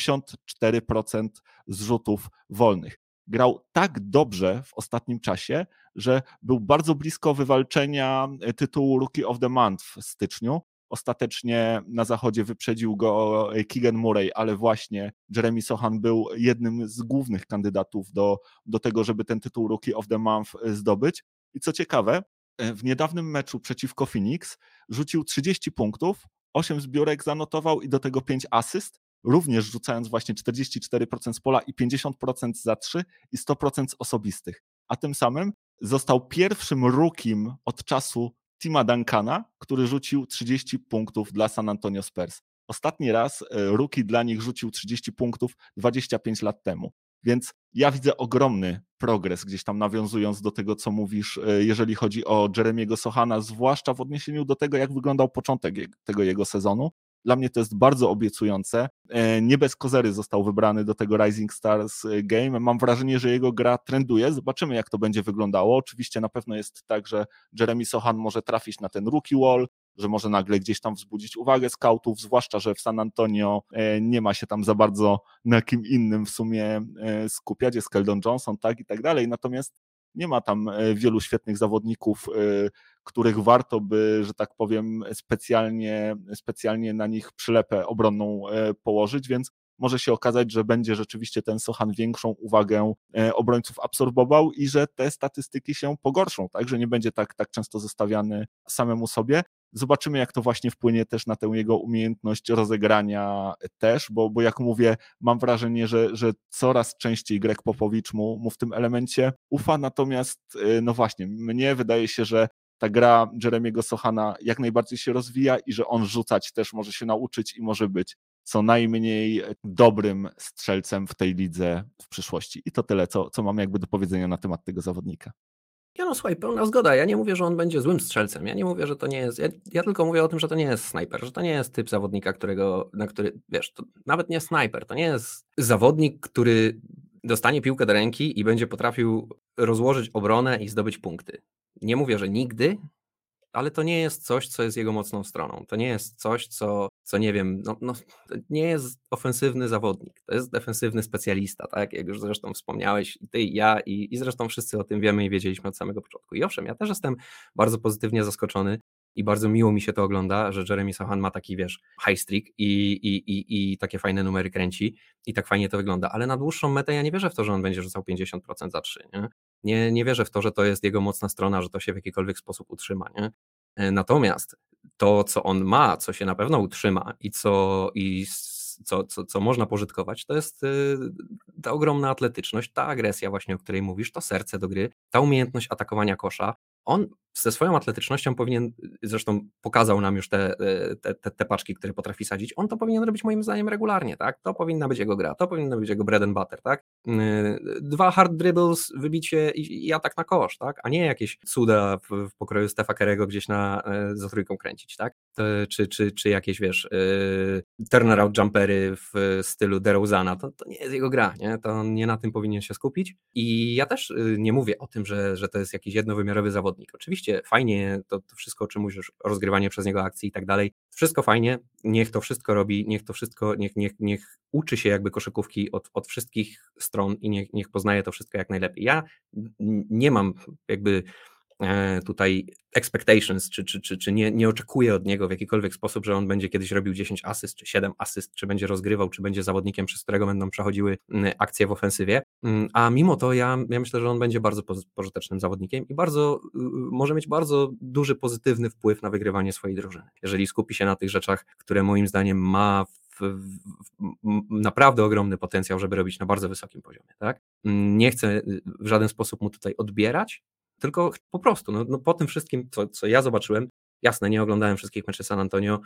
84% z rzutów wolnych. Grał tak dobrze w ostatnim czasie, że był bardzo blisko wywalczenia tytułu Rookie of the Month w styczniu. Ostatecznie na zachodzie wyprzedził go Keegan Murray, ale właśnie Jeremy Sochan był jednym z głównych kandydatów do tego, żeby ten tytuł Rookie of the Month zdobyć. I co ciekawe, w niedawnym meczu przeciwko Phoenix rzucił 30 punktów, 8 zbiórek zanotował i do tego 5 asyst, również rzucając właśnie 44% z pola i 50% za 3 i 100% z osobistych. A tym samym został pierwszym rookiem od czasu Tima Duncana, który rzucił 30 punktów dla San Antonio Spurs. Ostatni raz rookie dla nich rzucił 30 punktów 25 lat temu. Więc ja widzę ogromny progres, gdzieś tam nawiązując do tego, co mówisz, jeżeli chodzi o Jeremiego Sochana, zwłaszcza w odniesieniu do tego, jak wyglądał początek tego jego sezonu. Dla mnie to jest bardzo obiecujące. Nie bez kozery został wybrany do tego Rising Stars Game. Mam wrażenie, że jego gra trenduje. Zobaczymy, jak to będzie wyglądało. Oczywiście na pewno jest tak, że Jeremy Sochan może trafić na ten rookie wall, że może nagle gdzieś tam wzbudzić uwagę scoutów, zwłaszcza, że w San Antonio nie ma się tam za bardzo na kim innym w sumie skupiać. Jest Keldon Johnson, tak i tak dalej. Natomiast nie ma tam wielu świetnych zawodników, których warto by, że tak powiem, specjalnie na nich przylepę obronną położyć, więc może się okazać, że będzie rzeczywiście ten Sochan większą uwagę obrońców absorbował i że te statystyki się pogorszą, tak, że nie będzie tak często zostawiany samemu sobie. Zobaczymy, jak to właśnie wpłynie też na tę jego umiejętność rozegrania też, bo jak mówię, mam wrażenie, że coraz częściej Greg Popowicz mu w tym elemencie ufa, natomiast no właśnie, mnie wydaje się, że ta gra Jeremiego Sochana jak najbardziej się rozwija i że on rzucać też może się nauczyć i może być co najmniej dobrym strzelcem w tej lidze w przyszłości. I to tyle, co mam jakby do powiedzenia na temat tego zawodnika. Ja no słuchaj, pełna zgoda. Ja nie mówię, że on będzie złym strzelcem. Ja nie mówię, że to nie jest. Ja tylko mówię o tym, że to nie jest snajper, że to nie jest typ zawodnika, na który, wiesz, to nawet nie snajper, to nie jest zawodnik, który dostanie piłkę do ręki i będzie potrafił rozłożyć obronę i zdobyć punkty. Nie mówię, że nigdy, ale to nie jest coś, co jest jego mocną stroną. To nie jest coś, co nie wiem, to nie jest ofensywny zawodnik, to jest defensywny specjalista, tak? Jak już zresztą wspomniałeś, ty i ja i zresztą wszyscy o tym wiemy i wiedzieliśmy od samego początku. I owszem, ja też jestem bardzo pozytywnie zaskoczony i bardzo miło mi się to ogląda, że Jeremy Sochan ma taki, wiesz, high streak i takie fajne numery kręci i tak fajnie to wygląda, ale na dłuższą metę ja nie wierzę w to, że on będzie rzucał 50% za 3, nie? Nie wierzę w to, że to jest jego mocna strona, że to się w jakikolwiek sposób utrzyma, nie? Natomiast to, co on ma, co się na pewno utrzyma i co można pożytkować, to jest ta ogromna atletyczność, ta agresja właśnie, o której mówisz, to serce do gry, ta umiejętność atakowania kosza. on ze swoją atletycznością powinien, zresztą pokazał nam już te paczki, które potrafi sadzić, on to powinien robić moim zdaniem regularnie, tak? To powinna być jego gra, to powinno być jego bread and butter, tak? 2 hard dribbles, wybicie i atak na kosz, tak? A nie jakieś cuda w pokroju Stefa Curry'ego gdzieś za trójką kręcić, tak? Czy jakieś, wiesz, turnaround jumpery w stylu DeRozana, to nie jest jego gra, nie? To on nie na tym powinien się skupić i ja też nie mówię o tym, że to jest jakiś jednowymiarowy zawodnik. Oczywiście fajnie to wszystko, o czym mówisz, rozgrywanie przez niego akcji i tak dalej, wszystko fajnie, niech to wszystko robi, niech uczy się jakby koszykówki od wszystkich stron i niech poznaje to wszystko jak najlepiej. Ja nie mam jakby tutaj expectations, czy nie oczekuję od niego w jakikolwiek sposób, że on będzie kiedyś robił 10 asyst, czy 7 asyst, czy będzie rozgrywał, czy będzie zawodnikiem, przez którego będą przechodziły akcje w ofensywie, a mimo to ja myślę, że on będzie bardzo pożytecznym zawodnikiem i może mieć bardzo duży pozytywny wpływ na wygrywanie swojej drużyny, jeżeli skupi się na tych rzeczach, które moim zdaniem ma naprawdę ogromny potencjał, żeby robić na bardzo wysokim poziomie. Tak? Nie chcę w żaden sposób mu tutaj odbierać, tylko po prostu, no po tym wszystkim, co ja zobaczyłem, jasne, nie oglądałem wszystkich meczy San Antonio,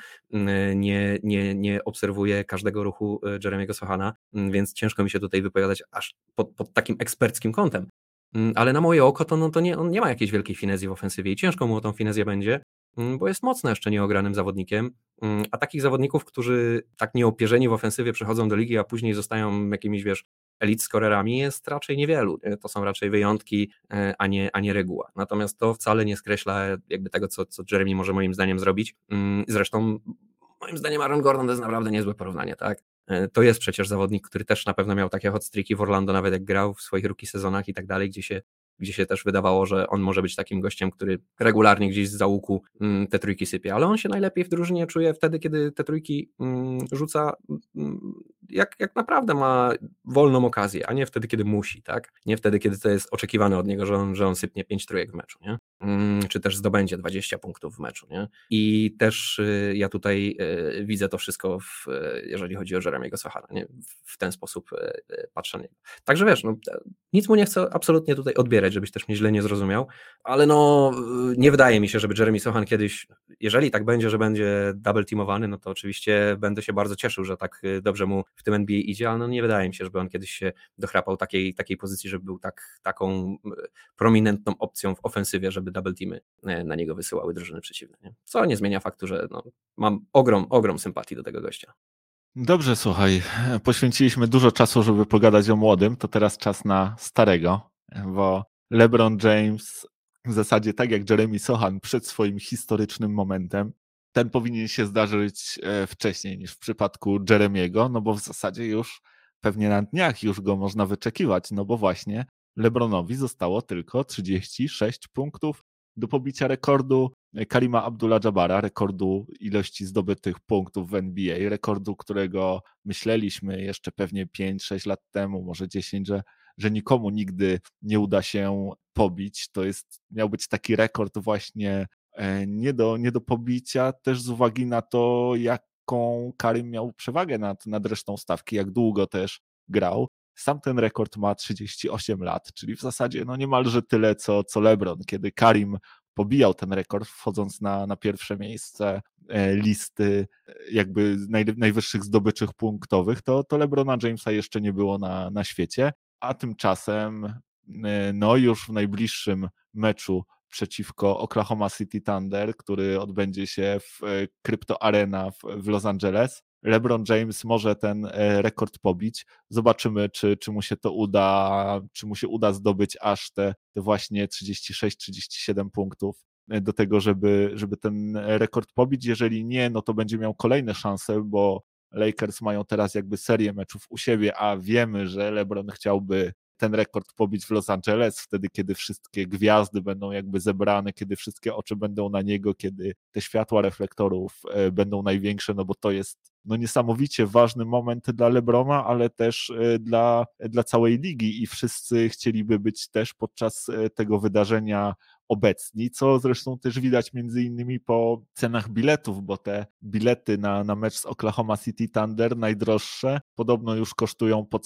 nie obserwuję każdego ruchu Jeremiego Sohana, więc ciężko mi się tutaj wypowiadać aż pod takim eksperckim kątem. Ale na moje oko on nie ma jakiejś wielkiej finezji w ofensywie i ciężko mu o tą finezję będzie, bo jest mocno jeszcze nieogranym zawodnikiem, a takich zawodników, którzy tak nieopierzeni w ofensywie przychodzą do ligi, a później zostają jakimiś, wiesz, elite scorerami jest raczej niewielu. To są raczej wyjątki, a nie reguła. Natomiast to wcale nie skreśla jakby tego, co Jeremy może moim zdaniem zrobić. Zresztą moim zdaniem Aaron Gordon to jest naprawdę niezłe porównanie, tak? To jest przecież zawodnik, który też na pewno miał takie hot streaki w Orlando, nawet jak grał w swoich rookie sezonach i tak dalej, gdzie się też wydawało, że on może być takim gościem, który regularnie gdzieś z załuku te trójki sypie, ale on się najlepiej w drużynie czuje wtedy, kiedy te trójki rzuca jak naprawdę ma wolną okazję, a nie wtedy, kiedy musi, tak? Nie wtedy, kiedy to jest oczekiwane od niego, że on sypnie 5 trójek w meczu, nie? Czy też zdobędzie 20 punktów w meczu, nie? I też ja tutaj widzę to wszystko, jeżeli chodzi o Jeremiego Sohana, nie? W ten sposób patrzę na niego. Także wiesz, no, nic mu nie chcę absolutnie tutaj odbierać, żebyś też mnie źle nie zrozumiał, ale no nie wydaje mi się, żeby Jeremy Sohan kiedyś, jeżeli tak będzie, że będzie double teamowany, no to oczywiście będę się bardzo cieszył, że tak dobrze mu w tym NBA idzie, ale no nie wydaje mi się, żeby on kiedyś się dochrapał takiej pozycji, żeby był taką prominentną opcją w ofensywie, żeby double teamy na niego wysyłały drużyny przeciwne. Nie? Co nie zmienia faktu, że no, mam ogrom sympatii do tego gościa. Dobrze, słuchaj, poświęciliśmy dużo czasu, żeby pogadać o młodym, to teraz czas na starego, bo LeBron James w zasadzie tak jak Jeremy Sohan przed swoim historycznym momentem, ten powinien się zdarzyć wcześniej niż w przypadku Jeremiego, no bo w zasadzie już pewnie na dniach już go można wyczekiwać, no bo właśnie LeBronowi zostało tylko 36 punktów do pobicia rekordu Karima Abdullah-Jabbara, rekordu ilości zdobytych punktów w NBA, rekordu, którego myśleliśmy jeszcze pewnie 5-6 lat temu, może 10, że nikomu nigdy nie uda się pobić. To miał być taki rekord właśnie nie do pobicia, też z uwagi na to, jaką Karim miał przewagę nad resztą stawki, jak długo też grał. Sam ten rekord ma 38 lat, czyli w zasadzie no niemalże tyle, co LeBron. Kiedy Karim pobijał ten rekord, wchodząc na pierwsze miejsce listy jakby najwyższych zdobyczych punktowych, to LeBrona Jamesa jeszcze nie było na świecie, a tymczasem no już w najbliższym meczu przeciwko Oklahoma City Thunder, który odbędzie się w Crypto Arena w Los Angeles, LeBron James może ten rekord pobić. Zobaczymy, czy mu się to uda, czy mu się uda zdobyć aż te właśnie 36-37 punktów do tego, żeby ten rekord pobić. Jeżeli nie, no to będzie miał kolejne szanse, bo Lakers mają teraz jakby serię meczów u siebie, a wiemy, że LeBron chciałby ten rekord pobić w Los Angeles, wtedy kiedy wszystkie gwiazdy będą jakby zebrane, kiedy wszystkie oczy będą na niego, kiedy te światła reflektorów będą największe, no bo to jest no niesamowicie ważny moment dla LeBrona, ale też dla całej ligi i wszyscy chcieliby być też podczas tego wydarzenia obecni, co zresztą też widać między innymi po cenach biletów, bo te bilety na mecz z Oklahoma City Thunder najdroższe podobno już kosztują pod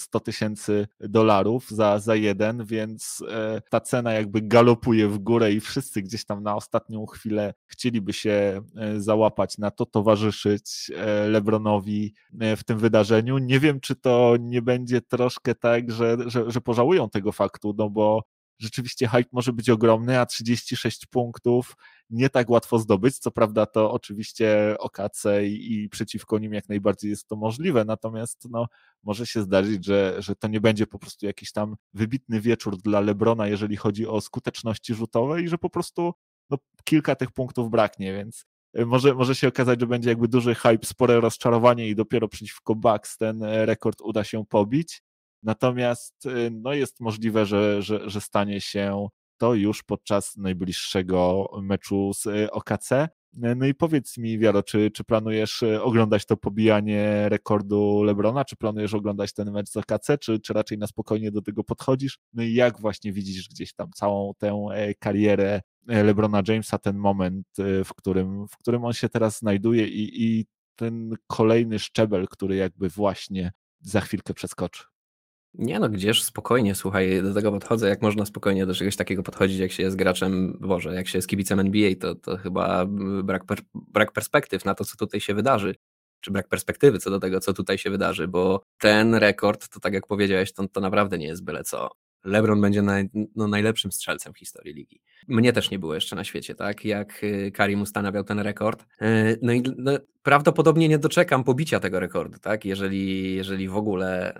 $100,000 za jeden, więc ta cena jakby galopuje w górę i wszyscy gdzieś tam na ostatnią chwilę chcieliby się załapać na to, towarzyszyć LeBronowi w tym wydarzeniu. Nie wiem, czy to nie będzie troszkę tak, że pożałują tego faktu, no bo rzeczywiście hype może być ogromny, a 36 punktów nie tak łatwo zdobyć. Co prawda to oczywiście OKC i przeciwko nim jak najbardziej jest to możliwe, natomiast no, może się zdarzyć, że to nie będzie po prostu jakiś tam wybitny wieczór dla LeBrona, jeżeli chodzi o skuteczności rzutowe i że po prostu no, kilka tych punktów braknie, więc może się okazać, że będzie jakby duży hype, spore rozczarowanie i dopiero przeciwko Bucks ten rekord uda się pobić. Natomiast no jest możliwe, że stanie się to już podczas najbliższego meczu z OKC. No i powiedz mi, Wiaro, czy planujesz oglądać to pobijanie rekordu LeBrona, czy planujesz oglądać ten mecz z OKC, czy raczej na spokojnie do tego podchodzisz? No i jak właśnie widzisz gdzieś tam całą tę karierę LeBrona Jamesa, ten moment, w którym on się teraz znajduje i ten kolejny szczebel, który jakby właśnie za chwilkę przeskoczy? Nie no, gdzież spokojnie, słuchaj, do tego podchodzę, jak można spokojnie do czegoś takiego podchodzić, jak się jest graczem, Boże, jak się jest kibicem NBA, to chyba brak perspektyw na to, co tutaj się wydarzy, czy brak perspektywy co do tego, co tutaj się wydarzy, bo ten rekord, to tak jak powiedziałeś, to naprawdę nie jest byle co. LeBron będzie najlepszym strzelcem w historii ligi. Mnie też nie było jeszcze na świecie, tak, jak Karim ustanawiał ten rekord. No i prawdopodobnie nie doczekam pobicia tego rekordu, tak, jeżeli w ogóle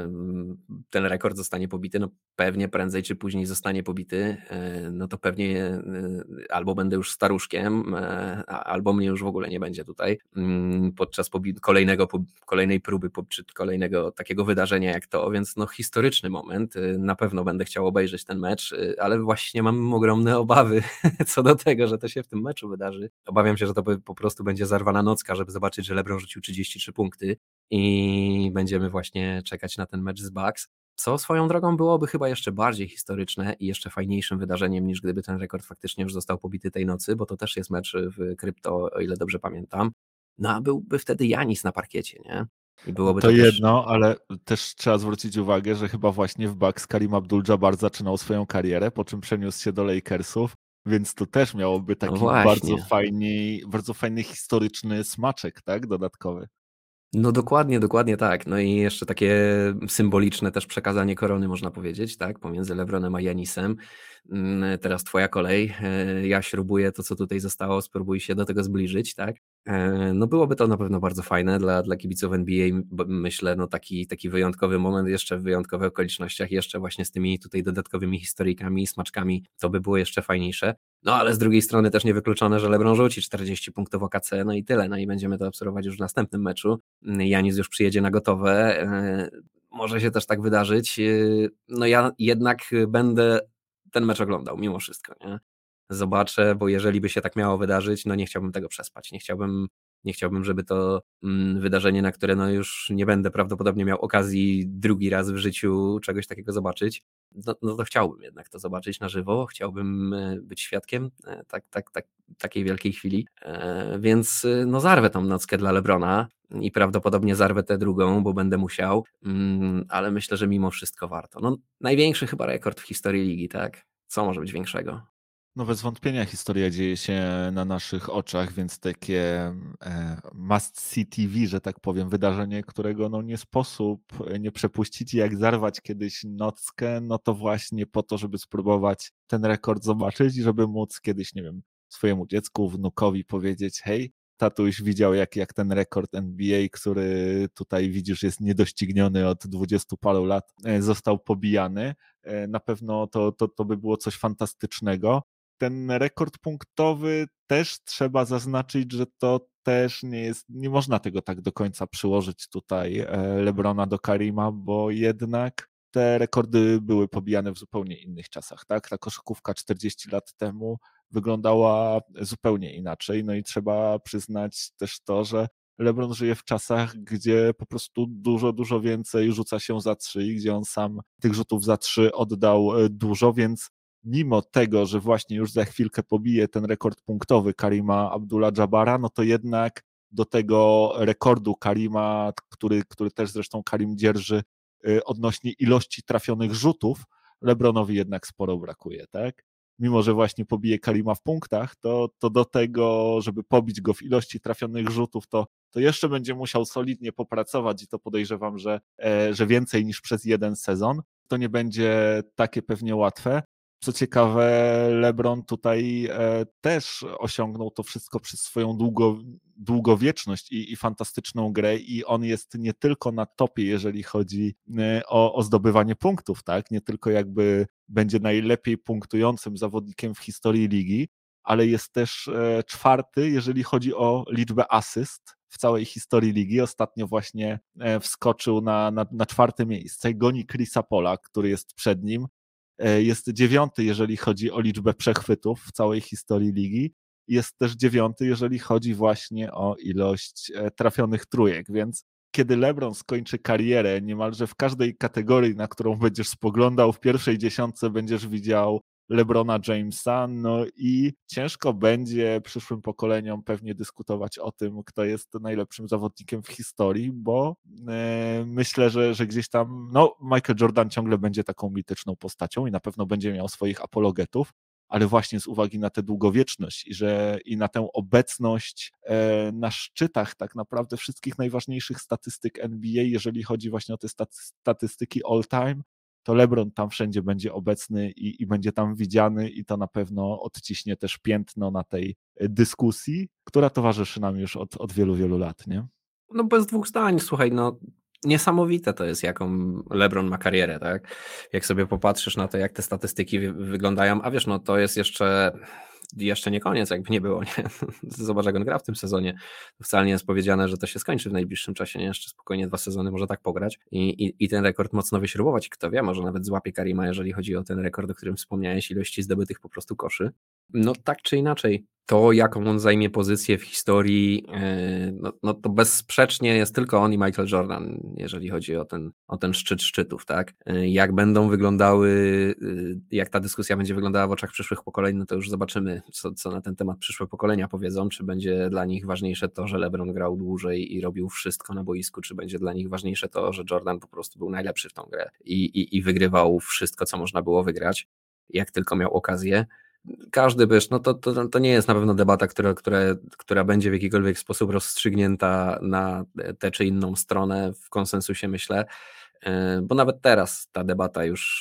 ten rekord zostanie pobity, no pewnie prędzej czy później zostanie pobity, no to pewnie albo będę już staruszkiem, albo mnie już w ogóle nie będzie tutaj podczas kolejnej próby, czy kolejnego takiego wydarzenia jak to, więc no historyczny moment, na pewno będę chciał obejrzeć ten mecz, ale właśnie mam ogromne obawy co do tego, że to się w tym meczu wydarzy. Obawiam się, że to po prostu będzie zarwana nocka, żeby zobaczyć, że LeBron rzucił 33 punkty i będziemy właśnie czekać na ten mecz z Bucks, co swoją drogą byłoby chyba jeszcze bardziej historyczne i jeszcze fajniejszym wydarzeniem, niż gdyby ten rekord faktycznie już został pobity tej nocy, bo to też jest mecz w krypto, o ile dobrze pamiętam. No a byłby wtedy Janis na parkiecie, nie? I byłoby To to też... jedno, ale też trzeba zwrócić uwagę, że chyba właśnie w Bucks Karim Abdul-Jabbar zaczynał swoją karierę, po czym przeniósł się do Lakersów, więc to też miałoby No taki właśnie. bardzo fajny historyczny smaczek, tak, dodatkowy. No dokładnie tak. No i jeszcze takie symboliczne też przekazanie korony, można powiedzieć, tak, pomiędzy LeBronem a Janisem. Teraz twoja kolej. Ja śrubuję to, co tutaj zostało, spróbuj się do tego zbliżyć, tak. No byłoby to na pewno bardzo fajne dla kibiców NBA, bo myślę, no taki wyjątkowy moment, jeszcze w wyjątkowych okolicznościach, jeszcze właśnie z tymi tutaj dodatkowymi historyjkami, smaczkami, to by było jeszcze fajniejsze. No ale z drugiej strony też niewykluczone, że LeBron rzuci 40 punktów OKC, no i tyle, no i będziemy to obserwować już w następnym meczu. Janis już przyjedzie na gotowe, może się też tak wydarzyć. No ja jednak będę ten mecz oglądał mimo wszystko, nie? Zobaczę, bo jeżeli by się tak miało wydarzyć, no nie chciałbym tego przespać, nie chciałbym, żeby to wydarzenie, na które no już nie będę prawdopodobnie miał okazji drugi raz w życiu czegoś takiego zobaczyć, no to chciałbym jednak to zobaczyć na żywo, chciałbym być świadkiem takiej wielkiej chwili, więc no zarwę tą nockę dla LeBrona i prawdopodobnie zarwę tę drugą, bo będę musiał, ale myślę, że mimo wszystko warto. No największy chyba rekord w historii ligi, tak? Co może być większego? No bez wątpienia historia dzieje się na naszych oczach, więc takie must see TV, że tak powiem, wydarzenie, którego no nie sposób nie przepuścić i jak zarwać kiedyś nockę, no to właśnie po to, żeby spróbować ten rekord zobaczyć i żeby móc kiedyś, nie wiem, swojemu dziecku, wnukowi powiedzieć, hej, tatuś widział jak ten rekord NBA, który tutaj widzisz jest niedościgniony od 20 paru lat, został pobijany. Na pewno to by było coś fantastycznego. Ten rekord punktowy też trzeba zaznaczyć, że to też nie można tego tak do końca przyłożyć tutaj LeBrona do Karima, bo jednak te rekordy były pobijane w zupełnie innych czasach, tak? Ta koszykówka 40 lat temu wyglądała zupełnie inaczej, no i trzeba przyznać też to, że LeBron żyje w czasach, gdzie po prostu dużo więcej rzuca się za trzy i gdzie on sam tych rzutów za trzy oddał dużo, więc mimo tego, że właśnie już za chwilkę pobije ten rekord punktowy Karima Abdullah-Jabbara, no to jednak do tego rekordu Karima, który też zresztą Karim dzierży odnośnie ilości trafionych rzutów, LeBronowi jednak sporo brakuje, tak? Mimo że właśnie pobije Karima w punktach, to do tego, żeby pobić go w ilości trafionych rzutów, to jeszcze będzie musiał solidnie popracować i to podejrzewam, że więcej niż przez jeden sezon. To nie będzie takie pewnie łatwe. Co ciekawe, LeBron tutaj też osiągnął to wszystko przez swoją długowieczność i fantastyczną grę i on jest nie tylko na topie, jeżeli chodzi o zdobywanie punktów, tak? Nie tylko jakby będzie najlepiej punktującym zawodnikiem w historii ligi, ale jest też czwarty, jeżeli chodzi o liczbę asyst w całej historii ligi. Ostatnio właśnie wskoczył na czwarte miejsce. Goni Chrisa Paula, który jest przed nim. Jest dziewiąty, jeżeli chodzi o liczbę przechwytów w całej historii ligi. Jest też dziewiąty, jeżeli chodzi właśnie o ilość trafionych trójek, więc kiedy LeBron skończy karierę, niemalże w każdej kategorii, na którą będziesz spoglądał, w pierwszej dziesiątce będziesz widział LeBrona Jamesa, no i ciężko będzie przyszłym pokoleniom pewnie dyskutować o tym, kto jest najlepszym zawodnikiem w historii, bo myślę, że gdzieś tam, no Michael Jordan ciągle będzie taką mityczną postacią i na pewno będzie miał swoich apologetów, ale właśnie z uwagi na tę długowieczność i na tę obecność na szczytach tak naprawdę wszystkich najważniejszych statystyk NBA, jeżeli chodzi właśnie o te statystyki all time, to LeBron tam wszędzie będzie obecny i będzie tam widziany i to na pewno odciśnie też piętno na tej dyskusji, która towarzyszy nam już od wielu, wielu lat, nie? No bez dwóch zdań, słuchaj, no niesamowite to jest, jaką LeBron ma karierę, tak? Jak sobie popatrzysz na to, jak te statystyki wyglądają, a wiesz, no to jest jeszcze nie koniec, jakby nie było, nie? Zobacz, jak on gra w tym sezonie. Wcale nie jest powiedziane, że to się skończy w najbliższym czasie, nie? Jeszcze spokojnie 2 sezony może tak pograć i ten rekord mocno wyśrubować. Kto wie, może nawet złapie Karima, jeżeli chodzi o ten rekord, o którym wspomniałeś, ilości zdobytych po prostu koszy. No tak czy inaczej, to jaką on zajmie pozycję w historii, no to bezsprzecznie jest tylko on i Michael Jordan, jeżeli chodzi o ten szczyt szczytów, tak? Jak będą wyglądały, jak ta dyskusja będzie wyglądała w oczach przyszłych pokoleń, no to już zobaczymy, co na ten temat przyszłe pokolenia powiedzą, czy będzie dla nich ważniejsze to, że LeBron grał dłużej i robił wszystko na boisku, czy będzie dla nich ważniejsze to, że Jordan po prostu był najlepszy w tą grę i wygrywał wszystko, co można było wygrać, jak tylko miał okazję. Każdy, wiesz, no to nie jest na pewno debata, która będzie w jakikolwiek sposób rozstrzygnięta na tę czy inną stronę w konsensusie, myślę, bo nawet teraz ta debata już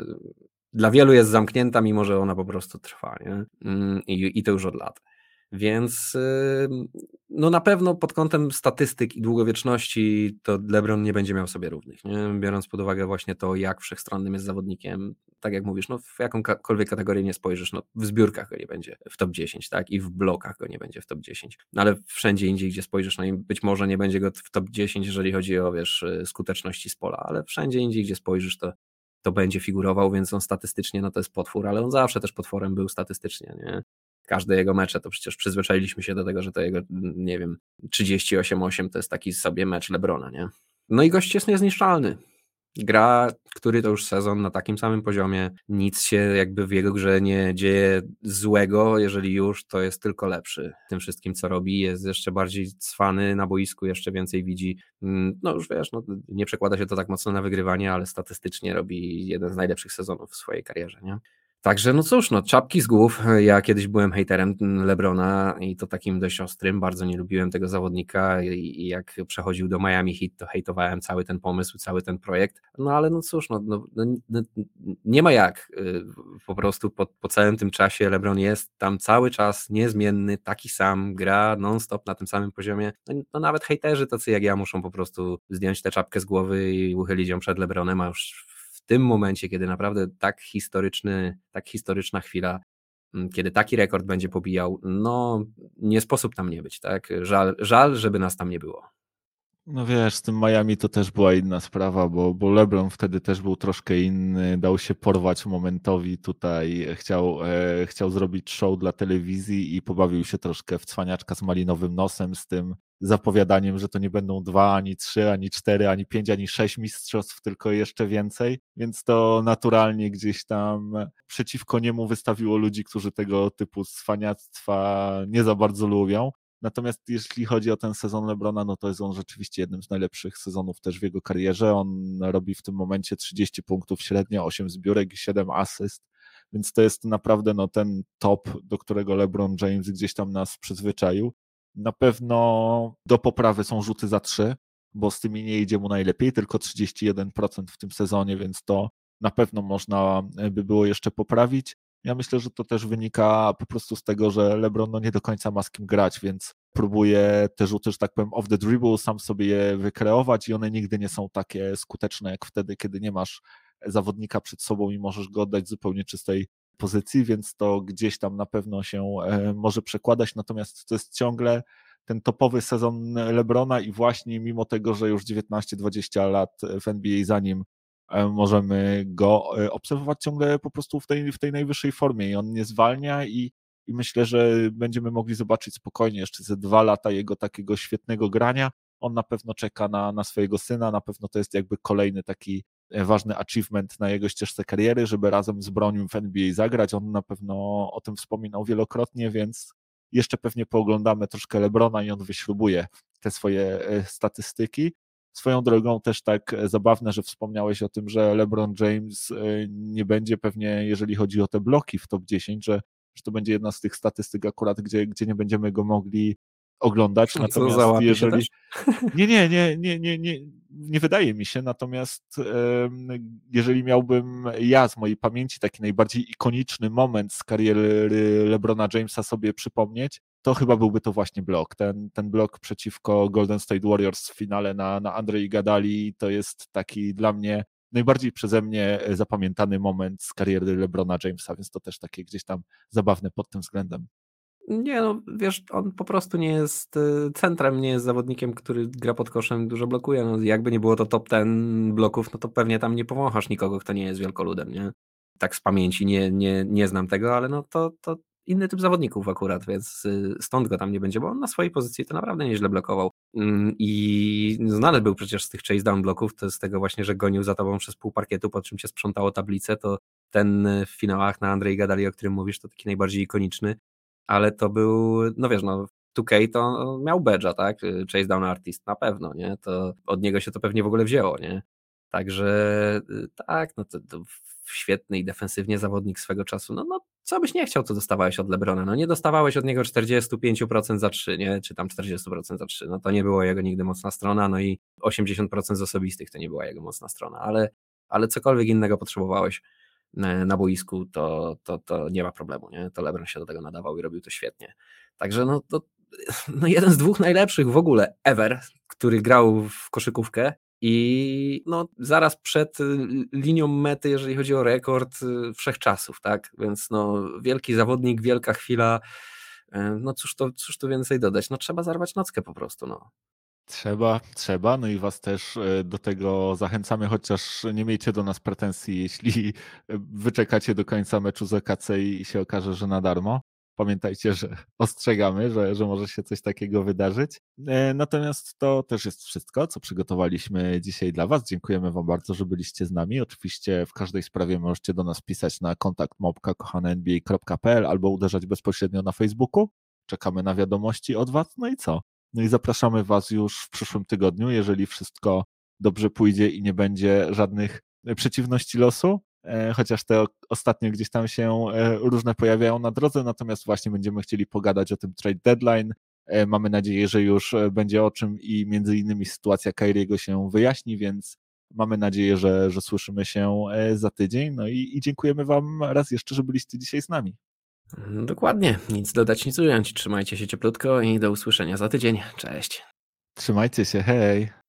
dla wielu jest zamknięta, mimo że ona po prostu trwa, nie? I to już od lat. Więc no na pewno pod kątem statystyk i długowieczności to LeBron nie będzie miał sobie równych, nie? Biorąc pod uwagę właśnie to, jak wszechstronnym jest zawodnikiem, tak jak mówisz, no w jakąkolwiek kategorię nie spojrzysz, no w zbiórkach go nie będzie w top 10, tak? I w blokach go nie będzie w top 10, no ale wszędzie indziej, gdzie spojrzysz, no i być może nie będzie go w top 10, jeżeli chodzi o, wiesz, skuteczności z pola, ale wszędzie indziej, gdzie spojrzysz, to będzie figurował, więc on statystycznie, no to jest potwór, ale on zawsze też potworem był statystycznie, nie? Każde jego mecze, to przecież przyzwyczailiśmy się do tego, że to jego, nie wiem, 38-8 to jest taki sobie mecz LeBrona, nie? No i gość jest niezniszczalny. Gra, który to już sezon na takim samym poziomie, nic się jakby w jego grze nie dzieje złego, jeżeli już, to jest tylko lepszy tym wszystkim, co robi, jest jeszcze bardziej cwany na boisku, jeszcze więcej widzi, no już wiesz, no, nie przekłada się to tak mocno na wygrywanie, ale statystycznie robi jeden z najlepszych sezonów w swojej karierze, nie? Także no cóż, no czapki z głów. Ja kiedyś byłem hejterem LeBrona i to takim dość ostrym, bardzo nie lubiłem tego zawodnika i jak przechodził do Miami Heat, to hejtowałem cały ten pomysł, cały ten projekt. No ale no cóż, nie ma jak. Po prostu po całym tym czasie LeBron jest tam cały czas niezmienny, taki sam, gra non-stop na tym samym poziomie. No nawet hejterzy tacy jak ja muszą po prostu zdjąć tę czapkę z głowy i uchylić ją przed LeBronem, a już w tym momencie, kiedy naprawdę tak historyczna chwila, kiedy taki rekord będzie pobijał, no nie sposób tam nie być, tak? Żal, żeby nas tam nie było. No wiesz, z tym Miami to też była inna sprawa, bo LeBron wtedy też był troszkę inny, dał się porwać momentowi tutaj, chciał zrobić show dla telewizji i pobawił się troszkę w cwaniaczka z malinowym nosem z tym zapowiadaniem, że to nie będą 2, ani 3, ani 4, ani 5, ani 6 mistrzostw, tylko jeszcze więcej, więc to naturalnie gdzieś tam przeciwko niemu wystawiło ludzi, którzy tego typu cwaniactwa nie za bardzo lubią. Natomiast jeśli chodzi o ten sezon LeBrona, no to jest on rzeczywiście jednym z najlepszych sezonów też w jego karierze. On robi w tym momencie 30 punktów średnio, 8 zbiórek i 7 asyst, więc to jest naprawdę ten top, do którego LeBron James gdzieś tam nas przyzwyczaił. Na pewno do poprawy są rzuty za 3, bo z tymi nie idzie mu najlepiej, tylko 31% w tym sezonie, więc to na pewno można by było jeszcze poprawić. Ja myślę, że to też wynika po prostu z tego, że LeBron nie do końca ma z kim grać, więc próbuje te rzuty, że tak powiem, off the dribble, sam sobie je wykreować i one nigdy nie są takie skuteczne jak wtedy, kiedy nie masz zawodnika przed sobą i możesz go oddać z zupełnie czystej pozycji, więc to gdzieś tam na pewno się może przekładać, natomiast to jest ciągle ten topowy sezon LeBrona i właśnie mimo tego, że już 19-20 lat w NBA za nim możemy go obserwować ciągle po prostu w tej najwyższej formie i on nie zwalnia i myślę, że będziemy mogli zobaczyć spokojnie jeszcze ze 2 lata jego takiego świetnego grania. On na pewno czeka na swojego syna, na pewno to jest jakby kolejny taki ważny achievement na jego ścieżce kariery, żeby razem z Bronią w NBA zagrać. On na pewno o tym wspominał wielokrotnie, więc jeszcze pewnie pooglądamy troszkę LeBrona i on wyśrubuje te swoje statystyki. Swoją drogą też tak zabawne, że wspomniałeś o tym, że LeBron James nie będzie pewnie, jeżeli chodzi o te bloki w top 10, że to będzie jedna z tych statystyk akurat, gdzie nie będziemy go mogli oglądać. Co, Natomiast załapie się jeżeli... też? Nie wydaje mi się, natomiast jeżeli miałbym ja z mojej pamięci taki najbardziej ikoniczny moment z kariery LeBrona Jamesa sobie przypomnieć, to chyba byłby to właśnie blok. Ten blok przeciwko Golden State Warriors w finale na Andre Iguodali to jest taki dla mnie najbardziej przeze mnie zapamiętany moment z kariery LeBrona Jamesa, więc to też takie gdzieś tam zabawne pod tym względem. Nie, no wiesz, on po prostu nie jest centrem, nie jest zawodnikiem, który gra pod koszem i dużo blokuje. No, jakby nie było to top 10 bloków, no to pewnie tam nie powąchasz nikogo, kto nie jest wielkoludem, nie? Tak z pamięci nie znam tego, ale no to inny typ zawodników akurat, więc stąd go tam nie będzie, bo on na swojej pozycji to naprawdę nieźle blokował. I znany był przecież z tych chase down bloków, to z tego właśnie, że gonił za tobą przez pół parkietu, po czym cię sprzątało tablicę, to ten w finałach na Andrzej Gadali, o którym mówisz, to taki najbardziej ikoniczny. Ale to był, no wiesz, no 2K to miał badge'a, tak? Chase Down Artist, na pewno, nie? To od niego się to pewnie w ogóle wzięło, nie? Także tak, no to świetny i defensywnie zawodnik swego czasu. No co byś nie chciał, to dostawałeś od LeBrona. No nie dostawałeś od niego 45% za 3, nie? Czy tam 40% za 3. No to nie było jego nigdy mocna strona, no i 80% z osobistych to nie była jego mocna strona, ale cokolwiek innego potrzebowałeś na boisku, to nie ma problemu, nie? To LeBron się do tego nadawał i robił to świetnie. Także no jeden z 2 najlepszych w ogóle ever, który grał w koszykówkę i no zaraz przed linią mety, jeżeli chodzi o rekord wszechczasów, tak? Więc no wielki zawodnik, wielka chwila. No cóż tu więcej dodać? No trzeba zarwać nockę po prostu, no. Trzeba, no i was też do tego zachęcamy, chociaż nie miejcie do nas pretensji, jeśli wyczekacie do końca meczu z EKC i się okaże, że na darmo. Pamiętajcie, że ostrzegamy, że może się coś takiego wydarzyć. Natomiast to też jest wszystko, co przygotowaliśmy dzisiaj dla was. Dziękujemy wam bardzo, że byliście z nami. Oczywiście w każdej sprawie możecie do nas pisać na kontakt@kochanenba.pl albo uderzać bezpośrednio na Facebooku. Czekamy na wiadomości od was. No i co? No i zapraszamy Was już w przyszłym tygodniu, jeżeli wszystko dobrze pójdzie i nie będzie żadnych przeciwności losu, chociaż te ostatnio gdzieś tam się różne pojawiają na drodze, natomiast właśnie będziemy chcieli pogadać o tym trade deadline. Mamy nadzieję, że już będzie o czym i między innymi sytuacja Kyriego się wyjaśni, więc mamy nadzieję, że słyszymy się za tydzień. No i dziękujemy Wam raz jeszcze, że byliście dzisiaj z nami. Dokładnie, nic dodać, nic ująć. Trzymajcie się cieplutko i do usłyszenia za tydzień. Cześć. Trzymajcie się, hej!